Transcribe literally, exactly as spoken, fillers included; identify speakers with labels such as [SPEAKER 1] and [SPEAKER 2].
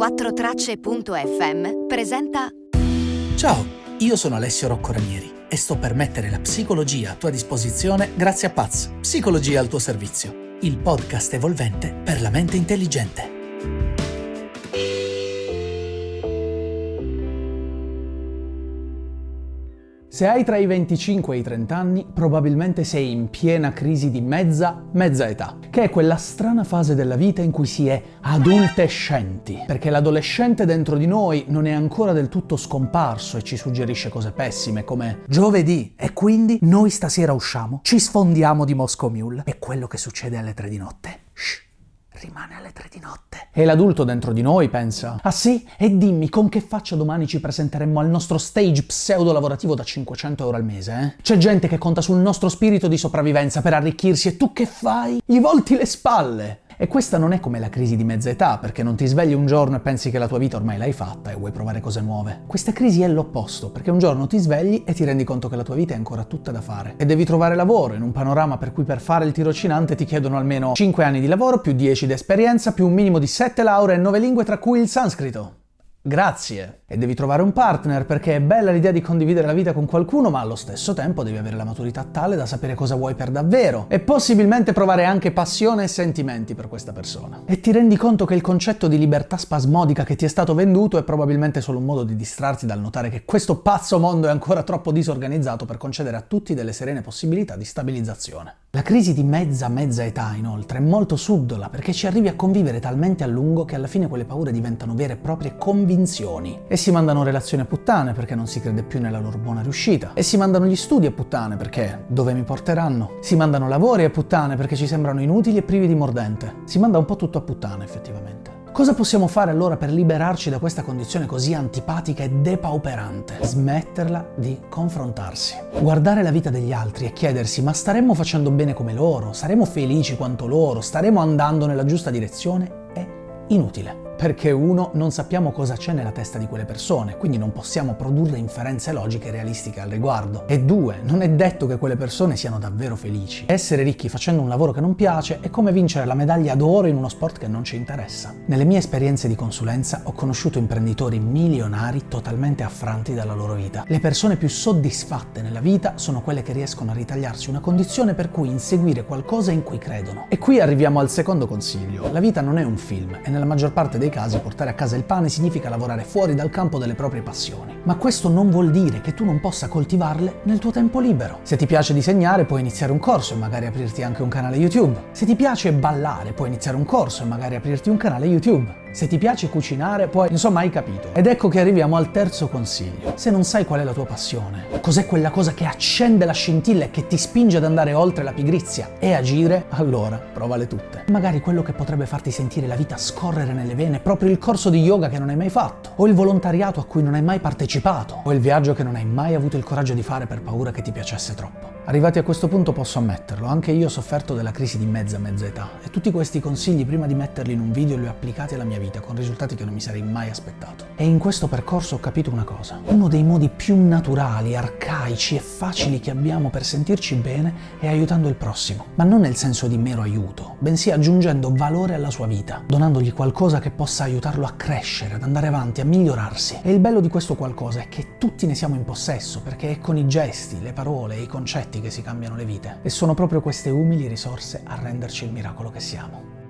[SPEAKER 1] quattro tracce punto effe emme presenta.
[SPEAKER 2] Ciao, io sono Alessio Rocco Ranieri e sto per mettere la psicologia a tua disposizione grazie a Paz, Psicologia al tuo servizio, il podcast evolvente per la mente intelligente.
[SPEAKER 3] Se hai tra i venticinque e i trenta anni, probabilmente sei in piena crisi di mezza, mezza età, che è quella strana fase della vita in cui si è adultescenti, perché l'adolescente dentro di noi non è ancora del tutto scomparso e ci suggerisce cose pessime come giovedì e quindi noi stasera usciamo, ci sfondiamo di Moscow Mule e quello che succede alle tre di notte, shh, rimane alle tre di notte. E l'adulto dentro di noi pensa: ah sì? E dimmi, con che faccia domani ci presenteremmo al nostro stage pseudo lavorativo da cinquecento euro al mese, eh? C'è gente che conta sul nostro spirito di sopravvivenza per arricchirsi e tu che fai? Gli volti le spalle! E questa non è come la crisi di mezza età, perché non ti svegli un giorno e pensi che la tua vita ormai l'hai fatta e vuoi provare cose nuove. Questa crisi è l'opposto, perché un giorno ti svegli e ti rendi conto che la tua vita è ancora tutta da fare. E devi trovare lavoro in un panorama per cui per fare il tirocinante ti chiedono almeno cinque anni di lavoro, più dieci di esperienza, più un minimo di sette lauree e nove lingue tra cui il sanscrito. Grazie. E devi trovare un partner, perché è bella l'idea di condividere la vita con qualcuno, ma allo stesso tempo devi avere la maturità tale da sapere cosa vuoi per davvero e possibilmente provare anche passione e sentimenti per questa persona. E ti rendi conto che il concetto di libertà spasmodica che ti è stato venduto è probabilmente solo un modo di distrarti dal notare che questo pazzo mondo è ancora troppo disorganizzato per concedere a tutti delle serene possibilità di stabilizzazione. La crisi di mezza mezza età, inoltre, è molto subdola perché ci arrivi a convivere talmente a lungo che alla fine quelle paure diventano vere e proprie convinzioni. E si mandano relazioni a puttane perché non si crede più nella loro buona riuscita. E si mandano gli studi a puttane perché dove mi porteranno? Si mandano lavori a puttane perché ci sembrano inutili e privi di mordente. Si manda un po' tutto a puttane, effettivamente. Cosa possiamo fare allora per liberarci da questa condizione così antipatica e depauperante? Smetterla di confrontarsi. Guardare la vita degli altri e chiedersi: ma staremmo facendo bene come loro? Saremo felici quanto loro? Staremo andando nella giusta direzione? È inutile. Perché uno, non sappiamo cosa c'è nella testa di quelle persone, quindi non possiamo produrre inferenze logiche e realistiche al riguardo. E due, non è detto che quelle persone siano davvero felici. Essere ricchi facendo un lavoro che non piace è come vincere la medaglia d'oro in uno sport che non ci interessa. Nelle mie esperienze di consulenza ho conosciuto imprenditori milionari totalmente affranti dalla loro vita. Le persone più soddisfatte nella vita sono quelle che riescono a ritagliarsi una condizione per cui inseguire qualcosa in cui credono. E qui arriviamo al secondo consiglio. La vita non è un film e nella maggior parte dei casi portare a casa il pane significa lavorare fuori dal campo delle proprie passioni. Ma questo non vuol dire che tu non possa coltivarle nel tuo tempo libero. Se ti piace disegnare, puoi iniziare un corso e magari aprirti anche un canale YouTube. Se ti piace ballare, puoi iniziare un corso e magari aprirti un canale YouTube. Se ti piace cucinare, puoi... Insomma, hai capito. Ed ecco che arriviamo al terzo consiglio. Se non sai qual è la tua passione, cos'è quella cosa che accende la scintilla e che ti spinge ad andare oltre la pigrizia e agire, allora provale tutte. Magari quello che potrebbe farti sentire la vita scorrere nelle vene è proprio il corso di yoga che non hai mai fatto, o il volontariato a cui non hai mai partecipato, o il viaggio che non hai mai avuto il coraggio di fare per paura che ti piacesse troppo. Arrivati a questo punto posso ammetterlo, anche io ho sofferto della crisi di mezza mezza età e tutti questi consigli prima di metterli in un video li ho applicati alla mia vita con risultati che non mi sarei mai aspettato. E in questo percorso ho capito una cosa: uno dei modi più naturali, arcaici e facili che abbiamo per sentirci bene è aiutando il prossimo, ma non nel senso di mero aiuto, bensì aggiungendo valore alla sua vita, donandogli qualcosa che possa aiutarlo a crescere, ad andare avanti, a migliorarsi. E il bello di questo qualcosa è che tutti ne siamo in possesso, perché è con i gesti, le parole e i concetti che si cambiano le vite. E sono proprio queste umili risorse a renderci il miracolo che siamo.